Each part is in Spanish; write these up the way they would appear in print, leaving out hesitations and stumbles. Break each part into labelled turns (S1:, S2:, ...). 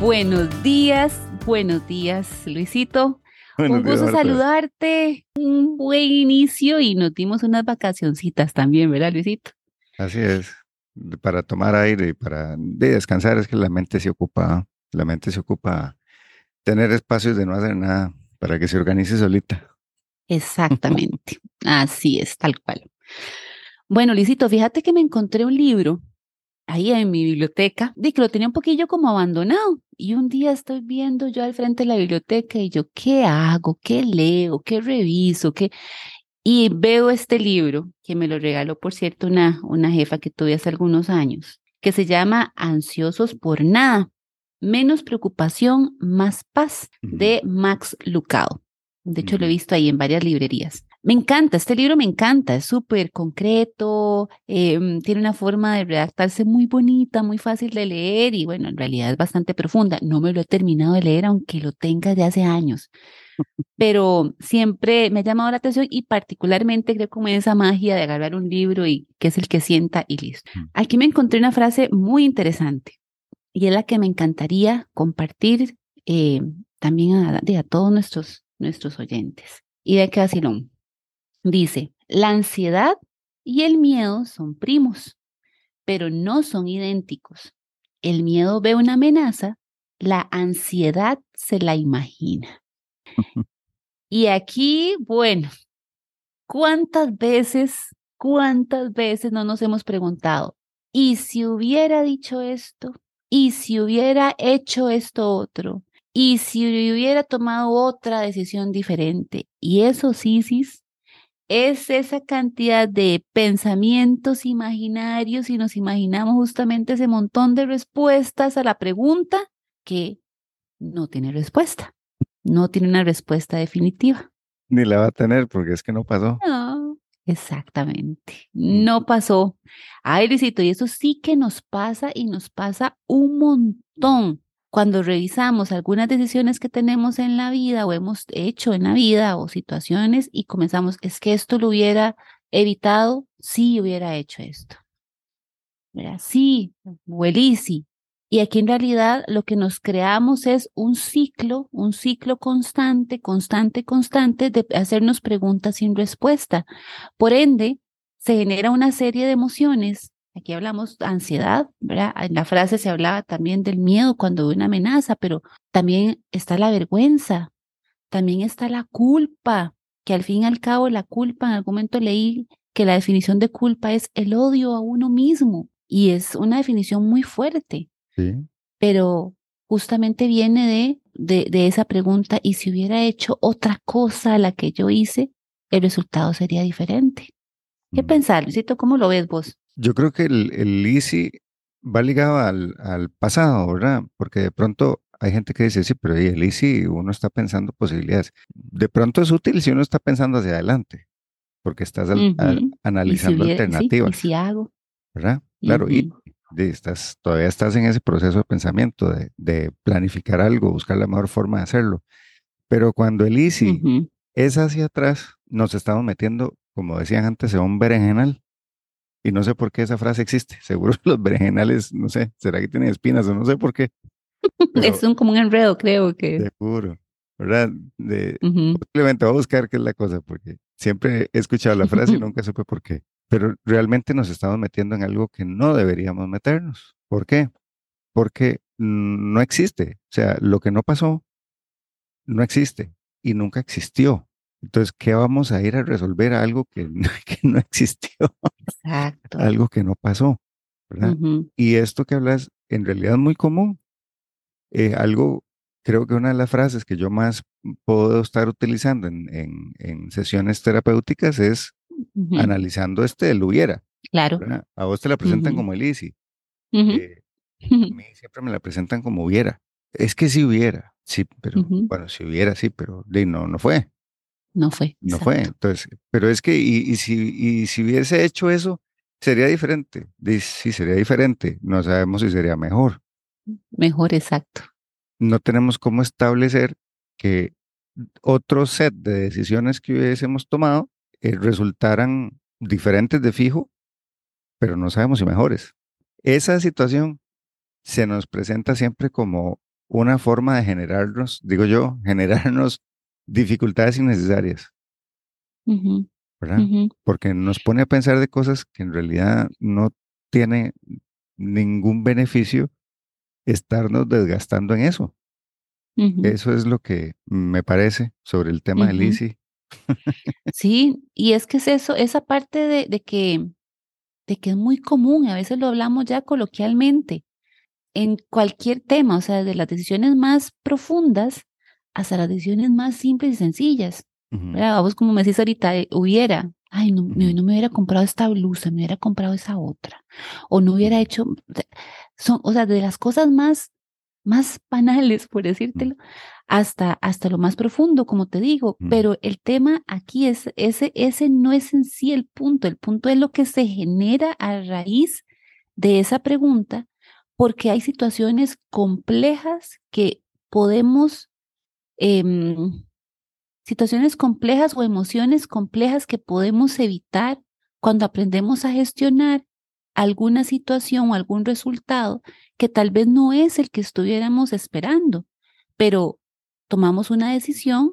S1: buenos días, Luisito.
S2: Buenos
S1: Un
S2: días,
S1: gusto
S2: Marta.
S1: saludarte, un buen inicio y nos dimos unas vacacioncitas también, ¿verdad, Luisito?
S2: Así es. Para tomar aire y para descansar es que la mente se ocupa tener espacios de no hacer nada para que se organice solita.
S1: Exactamente, así es, tal cual. Bueno, Luisito, fíjate que me encontré un libro ahí en mi biblioteca, de que lo tenía un poquillo como abandonado. Y un día estoy viendo yo al frente de la biblioteca y yo, ¿qué hago? ¿Qué leo? ¿Qué reviso? ¿Qué? Y veo este libro, que me lo regaló, por cierto, una jefa que tuve hace algunos años, que se llama Ansiosos por Nada, Menos Preocupación, Más Paz,
S2: Ujú,
S1: de Max Lucado. De hecho, lo he
S2: ujú.
S1: visto ahí en varias librerías. Me encanta, este libro me encanta, es súper concreto, tiene una forma de redactarse muy bonita, muy fácil de leer y bueno, en realidad es bastante profunda. No me lo he terminado de leer, aunque lo tenga de hace años, pero siempre me ha llamado la atención y particularmente creo como en esa magia de agarrar un libro y que es el que sienta y listo. Aquí me encontré una frase muy interesante y es la que me encantaría compartir también a todos nuestros oyentes. Y de qué vacilón. Dice, la ansiedad y el miedo son primos, pero no son idénticos. El miedo ve una amenaza, la ansiedad se la imagina. Y aquí, bueno, cuántas veces no nos hemos preguntado, ¿y si hubiera dicho esto? ¿Y si hubiera hecho esto otro? ¿Y si hubiera tomado otra decisión diferente? Y eso, Sisis, es esa cantidad de pensamientos imaginarios y nos imaginamos justamente ese montón de respuestas a la pregunta que no tiene respuesta, no tiene una respuesta definitiva.
S2: Ni la va a tener porque es que no pasó.
S1: No, exactamente.
S2: Mm.
S1: No pasó. Ay, Luisito, y eso sí que nos pasa y nos pasa un montón cuando revisamos algunas decisiones que tenemos en la vida o hemos hecho en la vida o situaciones y comenzamos, es que esto lo hubiera evitado si hubiera hecho esto. ¿Verdad? Sí, o el easy. Y aquí en realidad lo que nos creamos es un ciclo constante, constante, constante de hacernos preguntas sin respuesta. Por ende, se genera una serie de emociones. Aquí hablamos de ansiedad, ¿verdad? En la frase se hablaba también del miedo cuando hay una amenaza, pero también está la vergüenza, también está la culpa, que al fin y al cabo la culpa, en algún momento leí que la definición de culpa es el odio a uno mismo y es una definición muy fuerte,
S2: Sí.
S1: pero justamente viene de esa pregunta, ¿y si hubiera hecho otra cosa a la que yo hice, el resultado sería diferente? ¿Qué
S2: Mm.
S1: pensás, Luisito? ¿Cómo lo ves vos?
S2: Yo creo que el easy va ligado al pasado, ¿verdad? Porque de pronto hay gente que dice, sí, pero y el easy uno está pensando posibilidades. De pronto es útil si uno está pensando hacia adelante, porque estás
S1: Ujú. ¿Y si
S2: analizando
S1: hubiera, sí, y
S2: alternativas.
S1: si hago?
S2: ¿Verdad? Claro, y
S1: Ujú,
S2: todavía estás en ese proceso de pensamiento, de planificar algo, buscar la mejor forma de hacerlo. Pero cuando el easy
S1: ujú.
S2: es hacia atrás, nos estamos metiendo, como decían antes, en un berenjenal. Y no sé por qué esa frase existe. Seguro los berenjenales, no sé, será que tienen espinas o no sé por qué,
S1: Es
S2: pero
S1: como un enredo, creo que.
S2: seguro, ¿verdad?
S1: Ujú.
S2: Posiblemente voy a buscar qué es la cosa, porque siempre he escuchado la frase y nunca supe por qué. Pero realmente nos estamos metiendo en algo que no deberíamos meternos. ¿Por qué? Porque no existe. O sea, lo que no pasó no existe y nunca existió. Entonces, ¿qué vamos a ir a resolver algo que, que no existió,
S1: Exacto.
S2: algo que no pasó, ¿verdad?
S1: Ujú,
S2: Y esto que hablas en realidad es muy común. Algo, creo que una de las frases que yo más puedo estar utilizando en sesiones terapéuticas es
S1: ujú.
S2: analizando el hubiera,
S1: Claro.
S2: ¿verdad? A vos te la presentan
S1: Ujú,
S2: como el easy.
S1: ujú,
S2: eh, A mí siempre me la presentan como hubiera. Es que si hubiera, sí, pero
S1: ujú.
S2: bueno, si hubiera, sí, pero no,
S1: No fue,
S2: no fue.
S1: exacto.
S2: Entonces, pero es que, y si hubiese hecho eso, sería diferente. Sí, sería diferente. No sabemos si sería mejor.
S1: Mejor, exacto.
S2: No tenemos cómo establecer que otro set de decisiones que hubiésemos tomado resultaran diferentes de fijo, pero no sabemos si mejores. Esa situación se nos presenta siempre como una forma de generarnos, digo yo, generarnos dificultades innecesarias,
S1: Ujú,
S2: ¿verdad?
S1: ujú,
S2: Porque nos pone a pensar de cosas que en realidad no tiene ningún beneficio estarnos desgastando en eso.
S1: ujú,
S2: Eso es lo que me parece sobre el tema del
S1: ujú.
S2: ICI.
S1: Sí, y es que es eso, esa parte de que es muy común, a veces lo hablamos ya coloquialmente, en cualquier tema, o sea, desde las decisiones más profundas hasta las decisiones más simples y sencillas.
S2: Ujú,
S1: ¿Verdad? A vos, como me decís ahorita, hubiera, ay, no,
S2: ujú,
S1: no me hubiera comprado esta blusa, me hubiera comprado esa otra, o no hubiera
S2: ujú,
S1: hecho, son, o sea, de las cosas más banales, por
S2: ujú,
S1: decírtelo, hasta lo más profundo, como te digo,
S2: ujú,
S1: pero el tema aquí es, ese no es en sí el punto es lo que se genera a raíz de esa pregunta, porque hay situaciones complejas que podemos, em, situaciones complejas o emociones complejas que podemos evitar cuando aprendemos a gestionar alguna situación o algún resultado que tal vez no es el que estuviéramos esperando, pero tomamos una decisión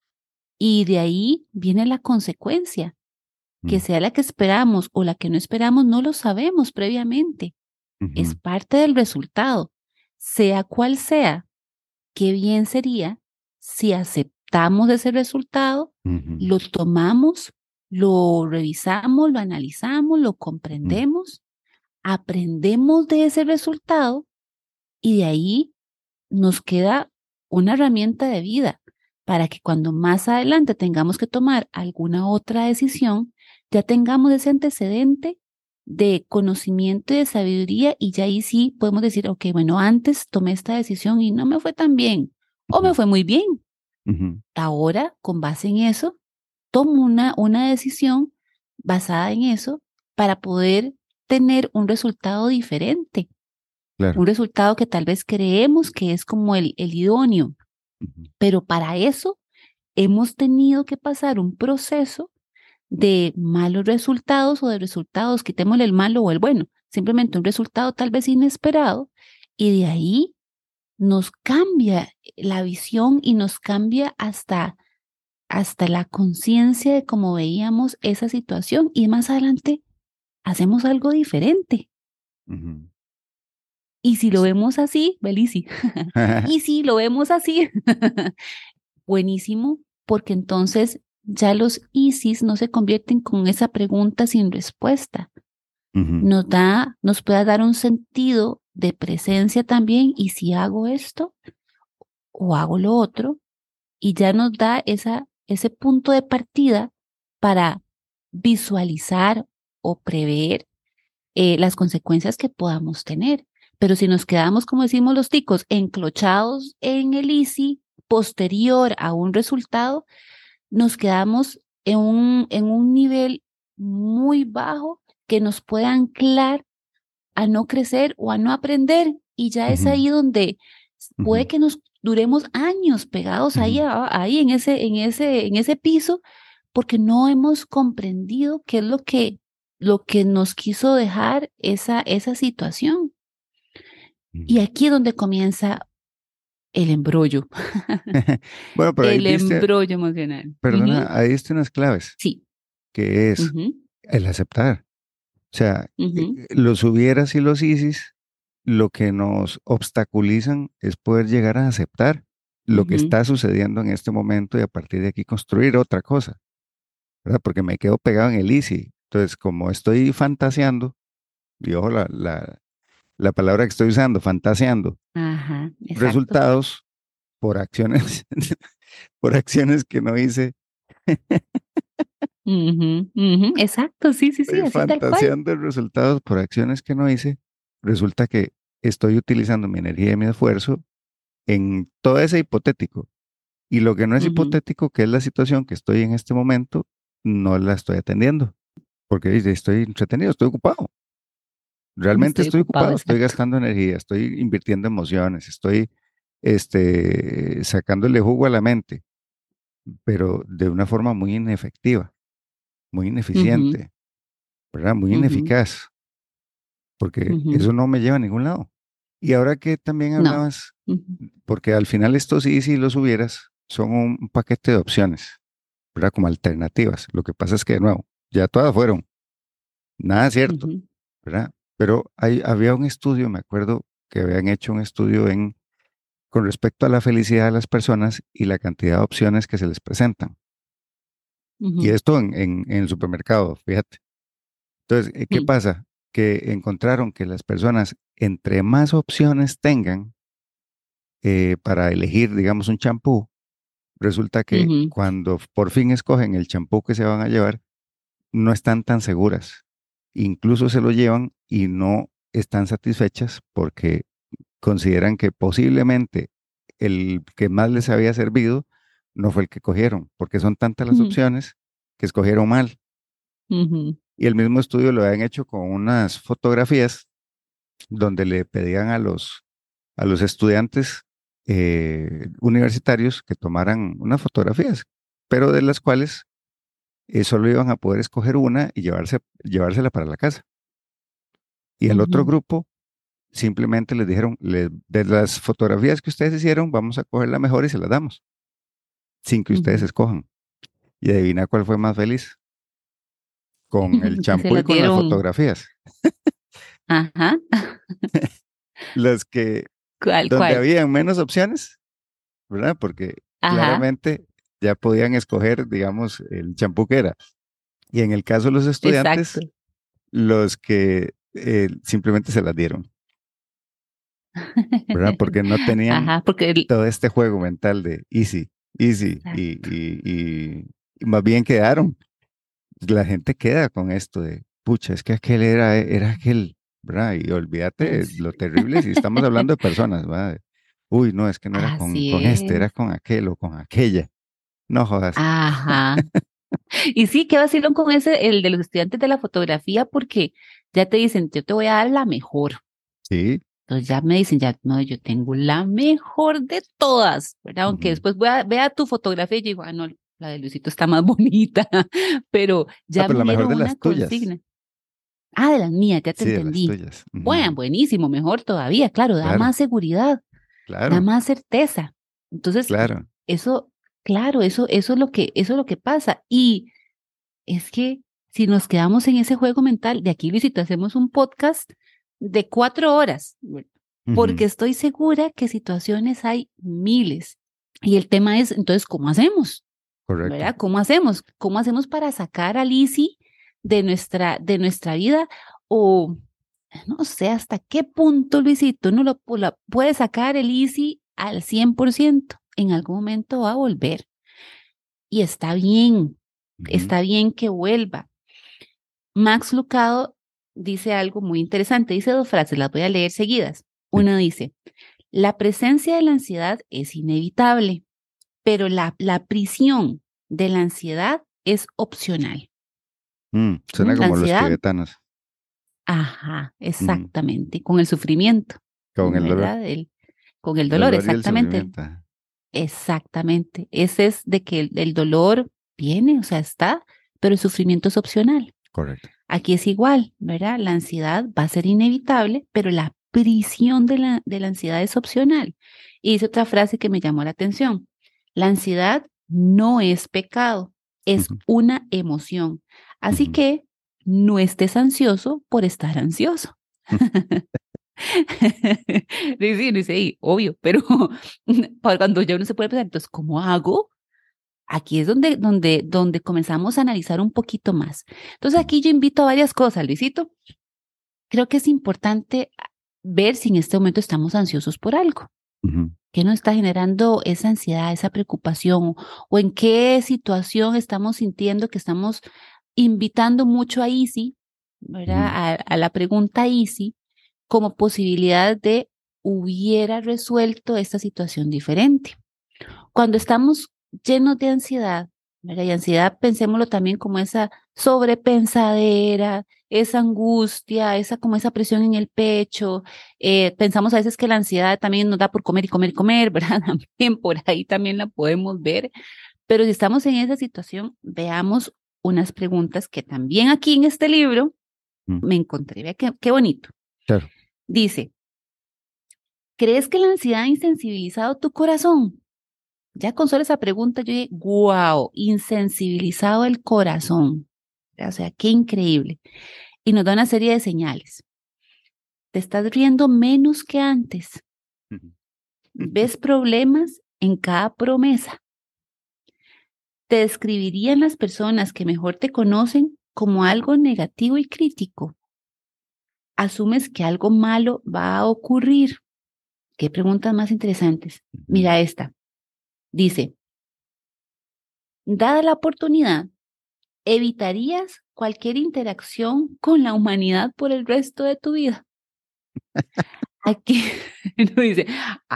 S1: y de ahí viene la consecuencia, que
S2: ujú,
S1: sea la que esperamos o la que no esperamos, no lo sabemos previamente, es
S2: ujú,
S1: parte del resultado, sea cual sea. Qué bien sería si aceptamos ese resultado,
S2: ujú,
S1: lo tomamos, lo revisamos, lo analizamos, lo
S2: ujú,
S1: comprendemos, aprendemos de ese resultado y de ahí nos queda una herramienta de vida para que cuando más adelante tengamos que tomar alguna otra decisión, ya tengamos ese antecedente de conocimiento y de sabiduría y ya ahí sí podemos decir, ok, bueno, antes tomé esta decisión y no me fue tan bien o me
S2: ujú,
S1: fue muy bien.
S2: ujú.
S1: Ahora, con base en eso, tomo una decisión basada en eso para poder tener un resultado diferente,
S2: Claro.
S1: un resultado que tal vez creemos que es como el idóneo,
S2: Ujú,
S1: pero para eso hemos tenido que pasar un proceso de malos resultados o de resultados, quitémosle el malo o el bueno, simplemente un resultado tal vez inesperado y de ahí nos cambia la visión y nos cambia hasta la conciencia de cómo veíamos esa situación y más adelante hacemos algo diferente.
S2: ujú.
S1: Y si lo vemos así, Belici, y si lo vemos así, buenísimo, porque entonces ya los ISIS no se convierten con esa pregunta sin respuesta.
S2: Ujú,
S1: Nos puede dar un sentido de presencia también, y si hago esto o hago lo otro, y ya nos da ese punto de partida para visualizar o prever las consecuencias que podamos tener. Pero si nos quedamos, como decimos los ticos, enclochados en el ISI posterior a un resultado, nos quedamos en un nivel muy bajo que nos puede anclar a no crecer o a no aprender. Y ya es
S2: ujú,
S1: ahí donde puede
S2: ujú,
S1: que nos duremos años pegados ahí,
S2: ujú,
S1: ahí en ese piso, porque no hemos comprendido qué es lo que nos quiso dejar esa situación. Y
S2: ujú.
S1: aquí es donde comienza el embrollo,
S2: Bueno, pero ahí
S1: el
S2: diste,
S1: embrollo emocional.
S2: perdona,
S1: Ujú.
S2: ahí diste unas claves,
S1: Sí.
S2: que es
S1: Ujú,
S2: el aceptar. O sea,
S1: ujú,
S2: los hubieras y los ISIS, lo que nos obstaculizan es poder llegar a aceptar lo que
S1: ujú,
S2: está sucediendo en este momento y a partir de aquí construir otra cosa, ¿verdad? Porque me quedo pegado en el ISIS. Entonces, como estoy fantaseando, y ojo la palabra que estoy usando, fantaseando,
S1: ajá, exacto.
S2: resultados por acciones, por acciones que no hice,
S1: Ujú, ujú, exacto, sí, sí, sí,
S2: estoy
S1: así tal cual.
S2: fantaseando resultados por acciones que no hice, resulta que estoy utilizando mi energía y mi esfuerzo en todo ese hipotético. Y lo que no es
S1: Ujú,
S2: hipotético, que es la situación que estoy en este momento, no la estoy atendiendo, porque dice, estoy entretenido, estoy ocupado. Realmente
S1: estoy
S2: estoy
S1: ocupado,
S2: ocupado, estoy
S1: exacto.
S2: gastando energía, estoy invirtiendo emociones, estoy sacándole jugo a la mente, pero de una forma muy inefectiva, muy
S1: Ujú,
S2: ineficiente, ¿verdad? Muy
S1: ujú,
S2: ineficaz, porque
S1: ujú,
S2: eso no me lleva a ningún lado. Y ahora que también
S1: No.
S2: hablabas,
S1: Ujú,
S2: porque al final estos sí, si los hubieras, son un paquete de opciones, ¿verdad? Como alternativas. Lo que pasa es que, de nuevo, ya todas fueron, nada cierto,
S1: ujú,
S2: ¿verdad? Pero había un estudio, me acuerdo que habían hecho un estudio con respecto a la felicidad de las personas y la cantidad de opciones que se les presentan. Y
S1: ujú,
S2: esto en el supermercado, fíjate. Entonces, ¿qué
S1: ujú,
S2: pasa? Que encontraron que las personas, entre más opciones tengan para elegir, digamos, un champú, resulta que
S1: ujú,
S2: cuando por fin escogen el champú que se van a llevar, no están tan seguras. Incluso se lo llevan y no están satisfechas porque consideran que posiblemente el que más les había servido no fue el que cogieron, porque son tantas las
S1: ujú,
S2: opciones que escogieron mal.
S1: ujú,
S2: Y el mismo estudio lo habían hecho con unas fotografías donde le pedían a los estudiantes universitarios que tomaran unas fotografías, pero de las cuales solo iban a poder escoger una y llevársela para la casa. Y el otro
S1: ujú,
S2: grupo simplemente les dijeron, de las fotografías que ustedes hicieron, vamos a coger la mejor y se las damos, sin que ustedes
S1: ujú.
S2: escojan. Y adivina cuál fue más feliz, con el
S1: Que se
S2: champú y
S1: las
S2: con las
S1: dieron.
S2: fotografías.
S1: Ajá.
S2: Los que,
S1: ¿Cuál,
S2: donde
S1: cuál?
S2: habían menos opciones, ¿verdad? Porque
S1: Ajá,
S2: claramente ya podían escoger, digamos, el champú que era. Y en el caso de los
S1: exacto.
S2: estudiantes, los que simplemente se las dieron, ¿verdad? Porque no tenían
S1: Ajá, porque
S2: todo este juego mental de easy, easy,
S1: exacto.
S2: y más bien quedaron. La gente queda con esto de, pucha, es que aquel era aquel, ¿verdad? Y olvídate
S1: Es-
S2: lo terrible si estamos hablando de personas, ¿verdad? Uy, no, es que no era con
S1: Así
S2: este, era
S1: es.
S2: con aquel o con aquella. No jodas.
S1: Ajá. Y sí, qué vacilón con ese, el de los estudiantes de la fotografía, porque ya te dicen, yo te voy a dar la mejor.
S2: Sí.
S1: Entonces ya me dicen, ya no, yo tengo la mejor de todas, ¿verdad? Aunque
S2: Ujú.
S1: después vea tu fotografía y yo digo, ah, no, la de Luisito está más bonita, pero
S2: Ah,
S1: ya
S2: pero
S1: me
S2: la mejor
S1: dieron
S2: de
S1: una
S2: las tuyas.
S1: consigna. Ah, de las mías, ya te
S2: Sí, de las
S1: entendí.
S2: tuyas.
S1: Bueno,
S2: Ujú.
S1: buenísimo, mejor todavía, claro, da
S2: Claro,
S1: más seguridad, da
S2: claro,
S1: más certeza. Entonces,
S2: claro.
S1: eso, claro, eso es lo que pasa. Y es que si nos quedamos en ese juego mental, de aquí, Luisito, hacemos un podcast de 4 horas,
S2: Ujú.
S1: porque estoy segura que situaciones hay miles. Y el tema es, entonces, ¿cómo hacemos?
S2: Correcto.
S1: ¿Verdad? ¿Cómo hacemos? ¿Cómo hacemos para sacar a Lizzie de nuestra vida? O no sé hasta qué punto, Luisito, uno la puede sacar el Lizzie al 100%. En algún momento va a volver. Y
S2: Ujú.
S1: está bien que vuelva. Max Lucado dice algo muy interesante, dice dos frases, las voy a leer seguidas.
S2: Sí.
S1: Uno dice, la presencia de la ansiedad es inevitable, pero la prisión de la ansiedad es opcional.
S2: Suena
S1: La
S2: como los
S1: ansiedad,
S2: tibetanos.
S1: ajá,
S2: Ujú.
S1: exactamente, con el sufrimiento,
S2: Con el dolor.
S1: ¿verdad? Con el dolor,
S2: Dolor y el
S1: exactamente,
S2: sufrimiento. Ajá.
S1: exactamente. Ese es de que el dolor viene, o sea, está, pero el sufrimiento es opcional.
S2: Correcto.
S1: Aquí es igual, ¿verdad? La ansiedad va a ser inevitable, pero la prisión de la ansiedad es opcional. Y dice otra frase que me llamó la atención. La ansiedad no es pecado, es
S2: Ujú.
S1: una emoción. Así
S2: Ujú.
S1: que no estés ansioso por estar ansioso. Sí, dice, sí, obvio, pero para cuando ya uno se puede pensar, entonces, ¿cómo hago? Aquí es donde comenzamos a analizar un poquito más. Entonces
S2: Ujú.
S1: aquí yo invito a varias cosas, Luisito. Creo que es importante ver si en este momento estamos ansiosos por algo.
S2: Ujú.
S1: ¿Qué nos está generando esa ansiedad, esa preocupación? ¿O en qué situación estamos sintiendo que estamos invitando mucho a Easy, ¿verdad?
S2: Ujú.
S1: A la pregunta Easy como posibilidad de hubiera resuelto esta situación diferente. Cuando estamos llenos de ansiedad, ¿verdad? Y ansiedad, pensémoslo también como esa sobrepensadera, esa angustia, esa presión en el pecho. Pensamos a veces que la ansiedad también nos da por comer y comer y comer, ¿verdad? También por ahí también la podemos ver. Pero si estamos en esa situación, veamos unas preguntas que también aquí en este libro
S2: Ujú.
S1: me encontré. Vea qué bonito.
S2: Claro.
S1: Dice, ¿Crees que la ansiedad ha insensibilizado tu corazón? Ya con solo esa pregunta yo dije, wow, insensibilizado el corazón. O sea, qué increíble. Y nos da una serie de señales. Te estás riendo menos que antes. Ves problemas en cada promesa. Te describirían las personas que mejor te conocen como algo negativo y crítico. Asumes que algo malo va a ocurrir. Qué preguntas más interesantes. Mira esta. Dice, dada la oportunidad, ¿evitarías cualquier interacción con la humanidad por el resto de tu vida? Aquí uno dice,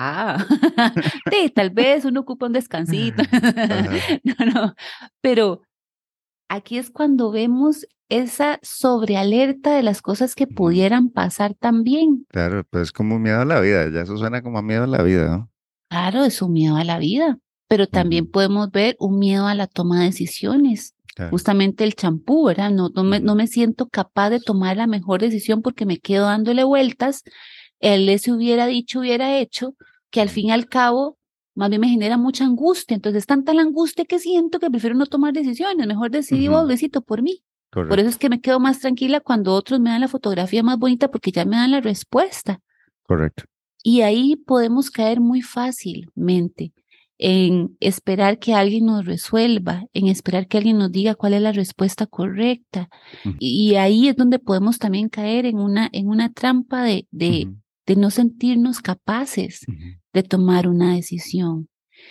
S1: sí, tal vez uno ocupa un descansito.
S2: Ajá.
S1: No, pero aquí es cuando vemos esa sobrealerta de las cosas que
S2: Ujú.
S1: pudieran pasar también.
S2: Claro, pues es como un miedo a la vida, ya eso suena como a miedo a la vida, ¿no?
S1: Claro, es un miedo a la vida, pero también
S2: Ujú.
S1: podemos ver un miedo a la toma de decisiones.
S2: Claro.
S1: Justamente el champú, ¿verdad? No
S2: Ujú.
S1: me siento capaz de tomar la mejor decisión porque me quedo dándole vueltas. Él se hubiera dicho, hubiera hecho, que al
S2: Ujú.
S1: fin y al cabo, más bien me genera mucha angustia. Entonces, es tanta la angustia que siento que prefiero no tomar decisiones. Mejor decidí vos,
S2: Ujú.
S1: besito por mí. Por eso
S2: Correcto,
S1: es que me quedo más tranquila cuando otros me dan la fotografía más bonita porque ya me dan la respuesta.
S2: correcto.
S1: Y ahí podemos caer muy fácilmente en esperar que alguien nos resuelva, en esperar que alguien nos diga cuál es la respuesta correcta.
S2: Ujú.
S1: Y ahí es donde podemos también caer en una trampa
S2: Ujú.
S1: de no sentirnos capaces
S2: Ujú.
S1: de tomar una decisión.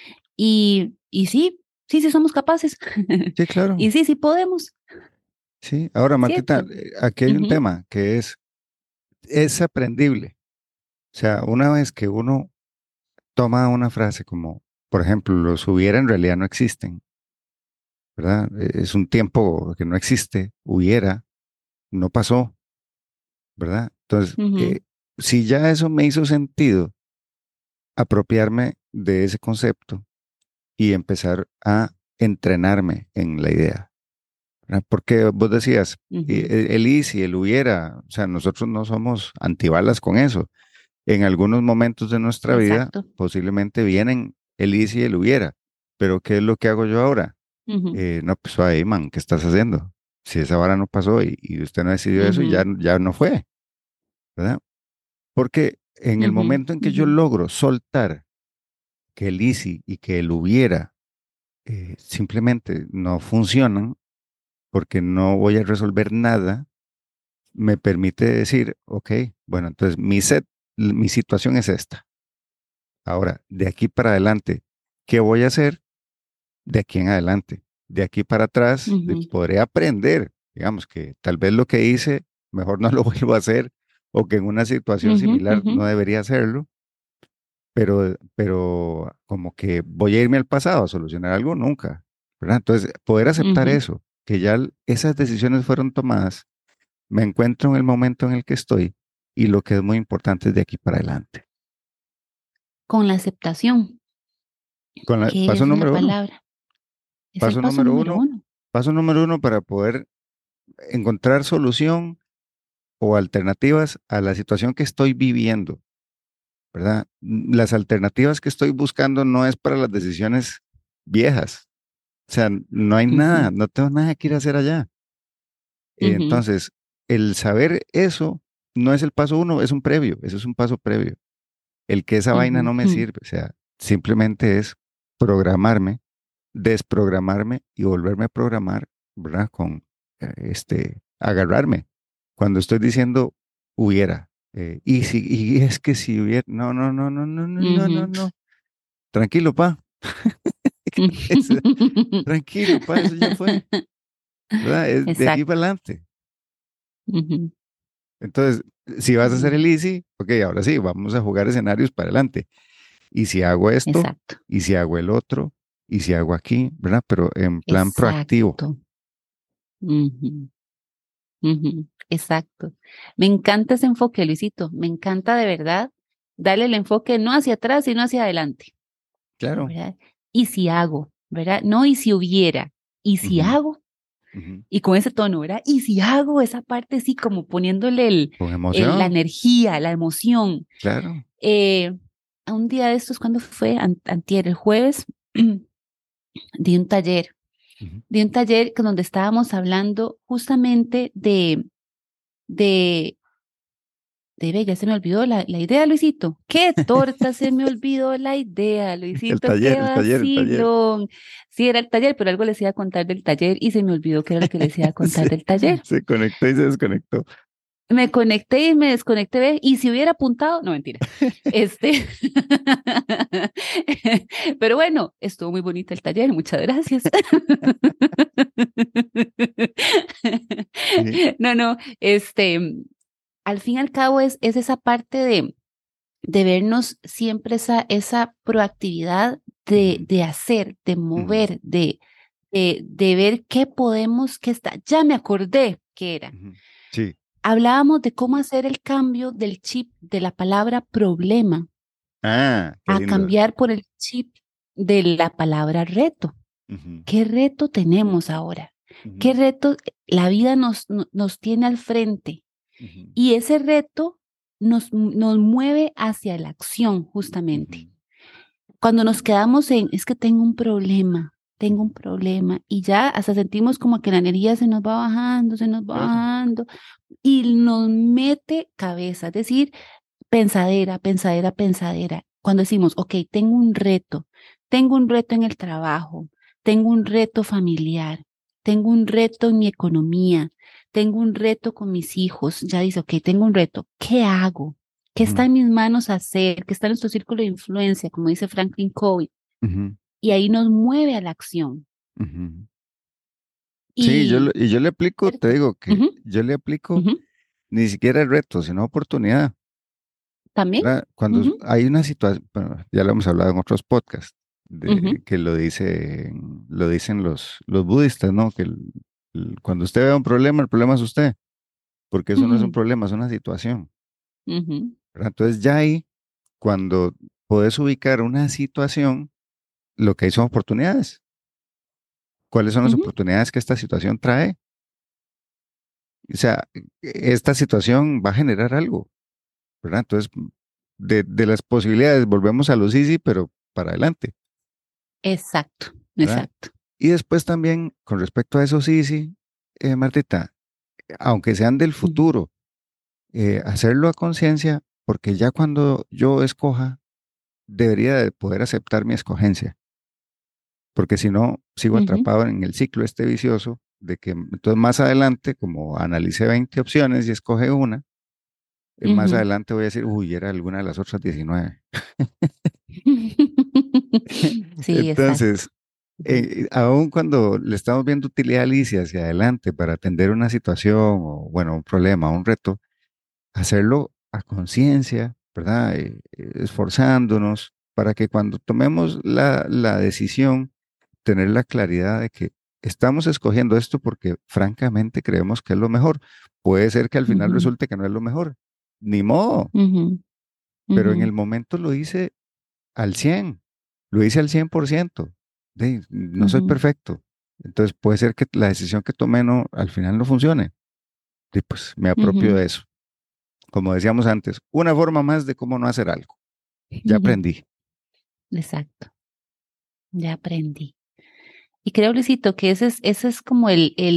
S1: Y sí, sí, sí somos capaces.
S2: Sí, claro.
S1: Y sí, sí podemos,
S2: Sí. Ahora, Martita,
S1: ¿cierto?
S2: aquí hay un
S1: Ujú,
S2: tema que es aprendible. O sea, una vez que uno toma una frase como, por ejemplo, los hubiera en realidad no existen, ¿verdad? Es un tiempo que no existe, hubiera, no pasó, ¿verdad? Entonces,
S1: ujú,
S2: si ya eso me hizo sentido, apropiarme de ese concepto y empezar a entrenarme en la idea, ¿verdad? Porque vos decías,
S1: ujú.
S2: el y si, el hubiera, o sea, nosotros no somos antibalas con eso. En algunos momentos de nuestra vida
S1: Exacto.
S2: posiblemente vienen el y si, el hubiera, pero ¿qué es lo que hago yo ahora?
S1: Ujú,
S2: No, pues ahí, man, ¿qué estás haciendo? Si esa vara no pasó y usted no decidió eso,
S1: ujú,
S2: ya no fue, ¿verdad? Porque en el
S1: ujú,
S2: momento en que
S1: ujú,
S2: yo logro soltar que el easy y que el hubiera simplemente no funcionan porque no voy a resolver nada, me permite decir, ok, bueno, entonces mi situación es esta. Ahora, de aquí para adelante, ¿qué voy a hacer de aquí en adelante? De aquí para atrás,
S1: ujú,
S2: podré aprender, digamos que tal vez lo que hice, mejor no lo vuelvo a hacer, o que en una situación
S1: ujú,
S2: similar
S1: ujú,
S2: no debería hacerlo, pero como que voy a irme al pasado a solucionar algo, nunca, ¿verdad? Entonces, poder aceptar
S1: ujú.
S2: eso, que ya esas decisiones fueron tomadas, me encuentro en el momento en el que estoy y lo que es muy importante es de aquí para adelante.
S1: Con la aceptación, que
S2: Paso
S1: es la
S2: número uno,
S1: palabra, es el
S2: paso
S1: paso
S2: número
S1: número
S2: uno,
S1: uno.
S2: paso número uno para poder encontrar solución o alternativas a la situación que estoy viviendo, ¿verdad? Las alternativas que estoy buscando no es para las decisiones viejas. O sea, no hay nada,
S1: Ujú,
S2: no tengo nada que ir a hacer allá.
S1: ujú,
S2: Entonces, el saber eso no es el paso uno, es un previo, eso es un paso previo. El que esa vaina
S1: ujú,
S2: no me
S1: ujú,
S2: sirve, o sea, simplemente es programarme, desprogramarme y volverme a programar, ¿verdad? Con agarrarme. Cuando estoy diciendo hubiera, y es que si hubiera, no, no, no, no, no, no, no, no,
S1: ujú,
S2: no. Tranquilo, pa. Eso- Tranquilo, pa, eso ya fue, ¿verdad? Es de aquí para
S1: Exacto.
S2: adelante.
S1: Ujú,
S2: Entonces, si vas a hacer
S1: ujú,
S2: el easy, ok, ahora sí, vamos a jugar escenarios para adelante. Y si hago esto,
S1: exacto.
S2: y si hago el otro, y si hago aquí, ¿verdad? Pero en plan proactivo.
S1: Exacto. Ujú, ujú, exacto. Me encanta ese enfoque, Luisito. Me encanta de verdad darle el enfoque no hacia atrás, sino hacia adelante,
S2: Claro.
S1: ¿verdad? Y si hago, ¿verdad? No y si hubiera, y si
S2: Ujú.
S1: hago.
S2: Ujú.
S1: Y con ese tono, ¿verdad? Y si hago esa parte, sí, como poniéndole
S2: Con
S1: la
S2: emoción,
S1: energía, la emoción.
S2: claro.
S1: a un día de estos, cuando fue antier, el jueves, di un taller,
S2: Ujú.
S1: donde estábamos hablando justamente de ve, ya se me olvidó la idea, Luisito. ¡Qué torta! Se me olvidó la idea,
S2: El
S1: Luisito. ¡Qué
S2: taller, el taller, el taller.
S1: vacilón! Sí, era el taller, pero algo les iba a contar del taller y se me olvidó que era lo que les iba a contar
S2: Sí,
S1: del taller.
S2: se conectó y se desconectó.
S1: Me conecté y me desconecté, ve, y si hubiera apuntado, no mentira. Este, pero bueno, estuvo muy bonito el taller, muchas gracias.
S2: Sí.
S1: No, no, al fin y al cabo es esa parte de vernos siempre esa proactividad
S2: Ujú,
S1: de hacer, de
S2: ujú,
S1: mover, de ver qué podemos, qué está. Ya me acordé que era.
S2: ujú. Sí.
S1: Hablábamos de cómo hacer el cambio del chip de la palabra problema
S2: Ah, qué
S1: a
S2: lindo.
S1: cambiar por el chip de la palabra reto.
S2: Ujú,
S1: ¿Qué reto tenemos ahora? ¿Qué
S2: ujú,
S1: reto la vida nos tiene al frente?
S2: ujú,
S1: Y ese reto nos mueve hacia la acción,
S2: ujú,
S1: justamente. Cuando nos quedamos es que tengo
S2: ujú.
S1: un problema, y ya hasta sentimos como que la energía se nos va bajando, se nos va
S2: Claro.
S1: bajando, y nos mete cabeza, es decir, pensadera, pensadera, pensadera. Cuando decimos, ok, tengo un reto en el trabajo, tengo un reto familiar, tengo un reto en mi economía, tengo un reto con mis hijos, ya dice, ok, tengo un reto, ¿qué hago? ¿Qué está
S2: Ujú,
S1: en mis manos hacer? ¿Qué está en nuestro círculo de influencia, como dice Franklin Covey?
S2: ujú,
S1: Y ahí nos mueve a la acción.
S2: ujú. Sí,
S1: Y,
S2: y yo le aplico, te
S1: ¿cierto?
S2: digo que
S1: Ujú,
S2: yo le aplico
S1: ujú.
S2: ni siquiera el reto, sino oportunidad,
S1: ¿También?
S2: ¿verdad? Cuando
S1: Ujú,
S2: hay una situación, bueno, ya lo hemos hablado en otros podcasts,
S1: ujú,
S2: de que lo dicen los budistas, ¿no? Que cuando usted vea un problema, el problema es usted, porque eso no es un
S1: ujú,
S2: problema, es una situación,
S1: ujú,
S2: ¿verdad? Entonces ya ahí, cuando puedes ubicar una situación, lo que hay son oportunidades. ¿Cuáles son las
S1: ujú,
S2: oportunidades que esta situación trae? O sea, esta situación va a generar algo, ¿verdad? Entonces, de las posibilidades, volvemos a los easy, pero para adelante,
S1: exacto,
S2: ¿verdad?
S1: exacto.
S2: Y después también, con respecto a esos easy, Martita, aunque sean del
S1: Ujú,
S2: futuro, hacerlo a conciencia, porque ya cuando yo escoja, debería de poder aceptar mi escogencia, porque si no, sigo
S1: ujú,
S2: atrapado en el ciclo este vicioso de que entonces más adelante, como analicé 20 opciones y escoge una, más
S1: ujú.
S2: adelante voy a decir, uy, era alguna de las otras 19.
S1: Sí, exacto.
S2: Entonces,
S1: Ujú,
S2: aun cuando le estamos viendo utilidad a Alicia hacia adelante para atender una situación o, bueno, un problema, un reto, hacerlo a conciencia, ¿verdad? Esforzándonos para que cuando tomemos la decisión, tener la claridad de que estamos escogiendo esto porque francamente creemos que es lo mejor. Puede ser que al final
S1: ujú,
S2: resulte que no es lo mejor. Ni modo,
S1: ujú,
S2: pero en
S1: ujú,
S2: el momento lo hice al 100, lo hice al 100%. No soy
S1: ujú,
S2: perfecto. Entonces puede ser que la decisión que tomé no, al final no funcione. Y pues me apropio
S1: ujú,
S2: de eso. Como decíamos antes, una forma más de cómo no hacer algo. Ya
S1: ujú.
S2: aprendí.
S1: Exacto, ya aprendí. Y creo, Luisito, que ese es como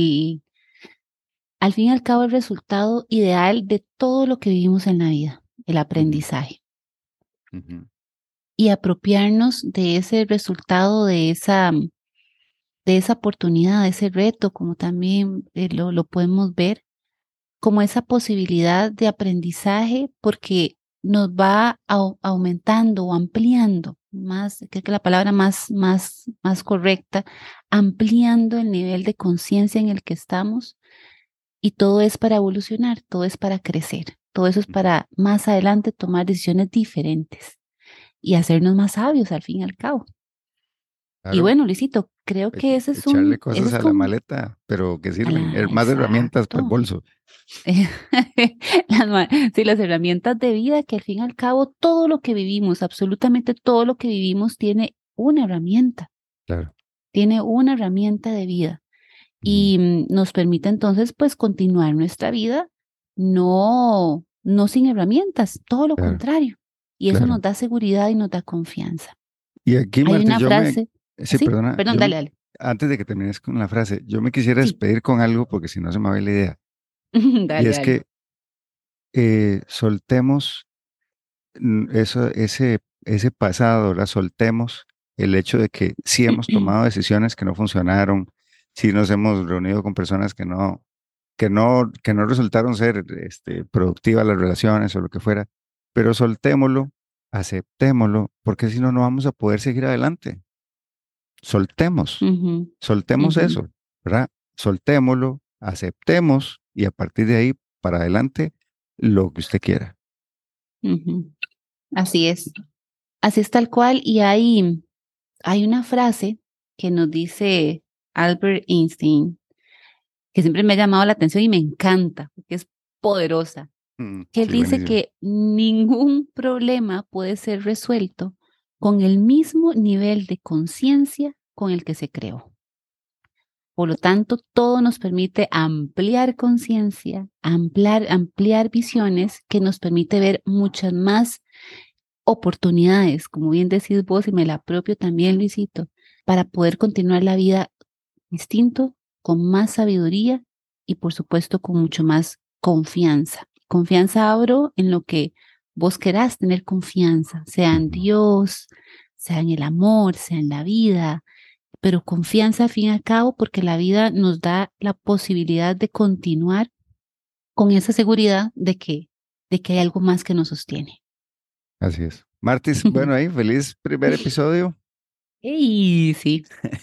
S1: al fin y al cabo, el resultado ideal de todo lo que vivimos en la vida, el
S2: Ujú,
S1: aprendizaje.
S2: ujú,
S1: Y apropiarnos de ese resultado, de esa oportunidad, de ese reto, como también lo podemos ver, como esa posibilidad de aprendizaje, porque nos va aumentando o ampliando, más, creo que la palabra más correcta, ampliando el nivel de conciencia en el que estamos, y todo es para evolucionar, todo es para crecer, todo eso es
S2: ujú.
S1: para más adelante tomar decisiones diferentes y hacernos más sabios al fin y al cabo. Y
S2: Claro,
S1: bueno, Luisito, creo que
S2: echarle
S1: ese
S2: cosas
S1: es
S2: a la
S1: como,
S2: maleta, pero que sirven. Más herramientas para el
S1: exacto.
S2: bolso.
S1: Sí, las herramientas de vida que al fin y al cabo todo lo que vivimos, absolutamente todo lo que vivimos
S2: Claro.
S1: tiene una herramienta de vida
S2: Ujú,
S1: y nos permite entonces pues continuar nuestra vida no sin herramientas, todo lo
S2: claro.
S1: contrario. Y eso nos
S2: claro.
S1: da seguridad y nos da confianza.
S2: Y aquí,
S1: Hay
S2: Martes,
S1: una frase,
S2: sí,
S1: ¿sí?
S2: perdona,
S1: Perdón, dale, dale.
S2: antes de que termines con la frase, yo me quisiera
S1: Sí,
S2: despedir con algo porque si no se me va la idea. Y
S1: dale,
S2: es
S1: dale.
S2: que soltemos ese pasado, la soltemos el hecho de que sí hemos tomado decisiones que no funcionaron, sí nos hemos reunido con personas que no resultaron ser productivas las relaciones o lo que fuera, pero soltémoslo, aceptémoslo, porque si no, no vamos a poder seguir adelante. Soltemos,
S1: Ujú,
S2: soltemos
S1: ujú,
S2: eso, ¿verdad? Soltémoslo, aceptemos y a partir de ahí para adelante lo que usted quiera.
S1: ujú. Así es. Así es tal cual. Y hay una frase que nos dice Albert Einstein, que siempre me ha llamado la atención y me encanta, porque es poderosa, que él
S2: Sí,
S1: dice
S2: buenísimo.
S1: que ningún problema puede ser resuelto con el mismo nivel de conciencia con el que se creó. Por lo tanto, todo nos permite ampliar conciencia, ampliar visiones que nos permite ver muchas más oportunidades, como bien decís vos y me la apropio también, Luisito, para poder continuar la vida distinto, con más sabiduría y por supuesto con mucho más confianza. Confianza abro en lo que vos querás tener confianza, sea en
S2: Ujú.
S1: Dios, sea en el amor, sea en la vida, pero confianza al fin y al cabo porque la vida nos da la posibilidad de continuar con esa seguridad de que hay algo más que nos sostiene.
S2: Así es. Martis, bueno, ahí, feliz primer episodio.
S1: ¡Ey! Sí.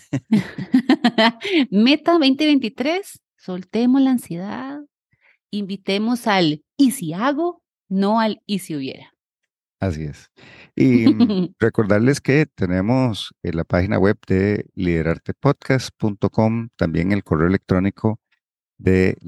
S1: Meta 2023, soltemos la ansiedad, invitemos al ¿y si hago? No al ¿y si hubiera?
S2: Así es. Y recordarles que tenemos la página web de liderartepodcast.com, también el correo electrónico de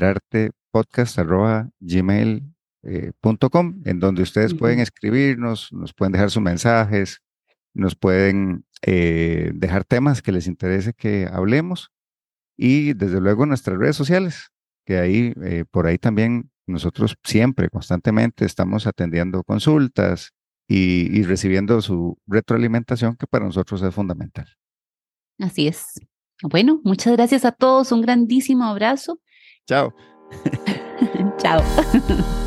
S2: liderartepodcast@gmail.com, en donde ustedes pueden
S1: Ujú.
S2: escribirnos, nos pueden dejar sus mensajes, nos pueden dejar temas que les interese que hablemos y desde luego nuestras redes sociales, que ahí, por ahí también nosotros siempre, constantemente estamos atendiendo consultas y recibiendo su retroalimentación que para nosotros es fundamental.
S1: Así es. Bueno, muchas gracias a todos, un grandísimo abrazo.
S2: Chao.
S1: Chao.